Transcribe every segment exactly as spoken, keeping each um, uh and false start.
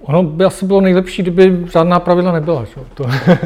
Ono by asi bylo nejlepší, kdyby žádná pravidla nebyla. Že? To,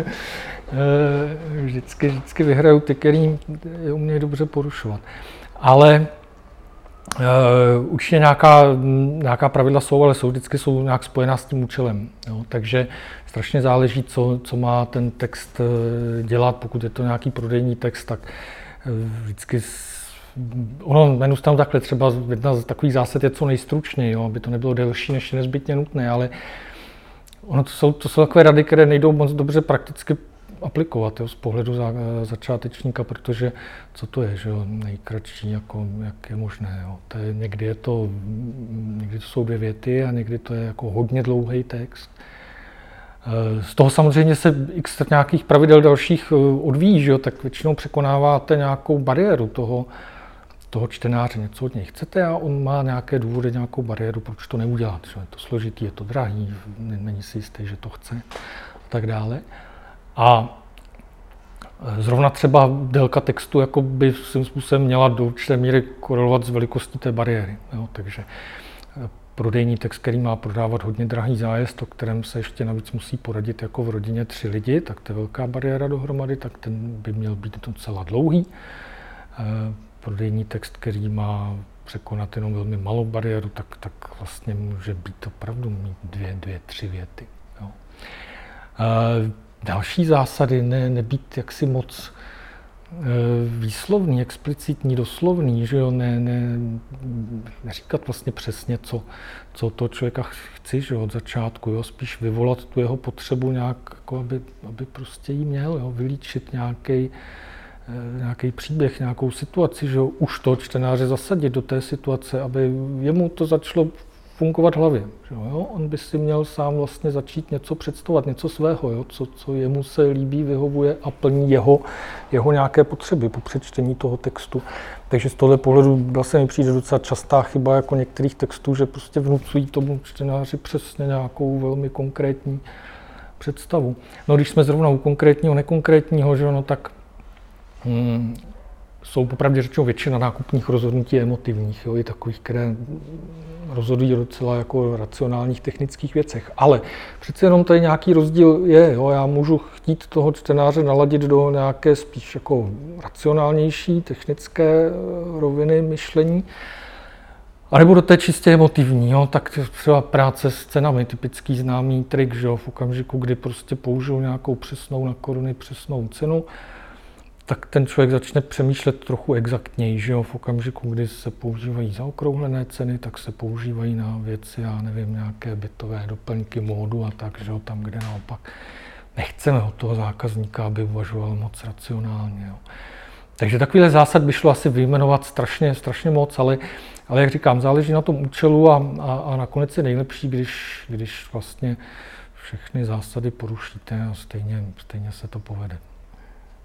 vždycky, vždycky vyhrajou ty, který je umějí dobře porušovat. Ale uh, určitě nějaká, nějaká pravidla jsou, ale jsou vždycky jsou nějak spojená s tím účelem. Jo? Takže strašně záleží, co, co má ten text dělat. Pokud je to nějaký prodejní text, tak vždycky ono jmenu stanu takhle, třeba jedna z takových zásad je co nejstručněji, jo? Aby to nebylo delší, než je nezbytně nutné, ale ono to jsou, to jsou takové rady, které nejdou moc dobře prakticky aplikovat, jo, z pohledu za, začátečníka, protože co to je, že jo, nejkratší, jako, jak je možné, jo. To je, někdy, je to, někdy to jsou dvě věty a někdy to je jako hodně dlouhý text. Z toho samozřejmě se x nějakých pravidel dalších odvíjí, že jo, tak většinou překonáváte nějakou bariéru toho, toho čtenáře, něco od něj chcete a on má nějaké důvody, nějakou bariéru, proč to neudělat, že je to složitý, je to drahý, není si jistý, že to chce a tak dále. A zrovna třeba délka textu jako by svým způsobem měla do určité míry korelovat s velikostí té bariéry. Jo? Takže prodejní text, který má prodávat hodně drahý zájezd, o kterém se ještě navíc musí poradit jako v rodině tři lidi, tak to je velká bariéra dohromady, tak ten by měl být docela dlouhý. Prodejní text, který má překonat jenom velmi malou bariéru, tak, tak vlastně může být opravdu mít dvě, dvě, tři věty. Jo? Další zásady, ne, nebýt jaksi moc e, výslovný, explicitní, doslovný, že jo, ne, ne, neříkat vlastně přesně, co, co to člověka chci, že jo, od začátku, jo, spíš vyvolat tu jeho potřebu nějak, jako aby, aby prostě jí měl, jo, vylíčit nějaký, e, nějaký příběh, nějakou situaci, že jo, už to čtenáře zasadit do té situace, aby jemu to začalo fungovat v hlavě. Že jo? On by si měl sám vlastně začít něco představovat, něco svého, jo? Co, co jemu se líbí, vyhovuje a plní jeho, jeho nějaké potřeby po přečtení toho textu. Takže z tohle pohledu vlastně mi přijde docela častá chyba jako některých textů, že prostě vnucují tomu čtenáři přesně nějakou velmi konkrétní představu. No když jsme zrovna u konkrétního, nekonkrétního, že no, tak hmm, jsou popravdě řečeno většina nákupních rozhodnutí emotivních, jo, i takových, které rozhodují docela jako racionálních technických věcech. Ale přece jenom tady nějaký rozdíl je, jo, já můžu chtít toho čtenáře naladit do nějaké spíš jako racionálnější technické roviny myšlení, anebo do té čistě emotivní, jo, tak třeba práce s cenami, typický známý trik, že jo, v okamžiku, kdy prostě použiju nějakou přesnou na koruny přesnou cenu, tak ten člověk začne přemýšlet trochu exaktněji, že jo? V okamžiku, kdy se používají zaokrouhlené ceny, tak se používají na věci, já nevím, nějaké bytové doplňky, módu a tak, že jo? Tam, kde naopak nechceme od toho zákazníka, aby uvažoval moc racionálně. Jo? Takže takovýhle zásad by šlo asi vyjmenovat strašně, strašně moc, ale, ale jak říkám, záleží na tom účelu a, a, a nakonec je nejlepší, když, když vlastně všechny zásady porušíte a stejně, stejně se to povede.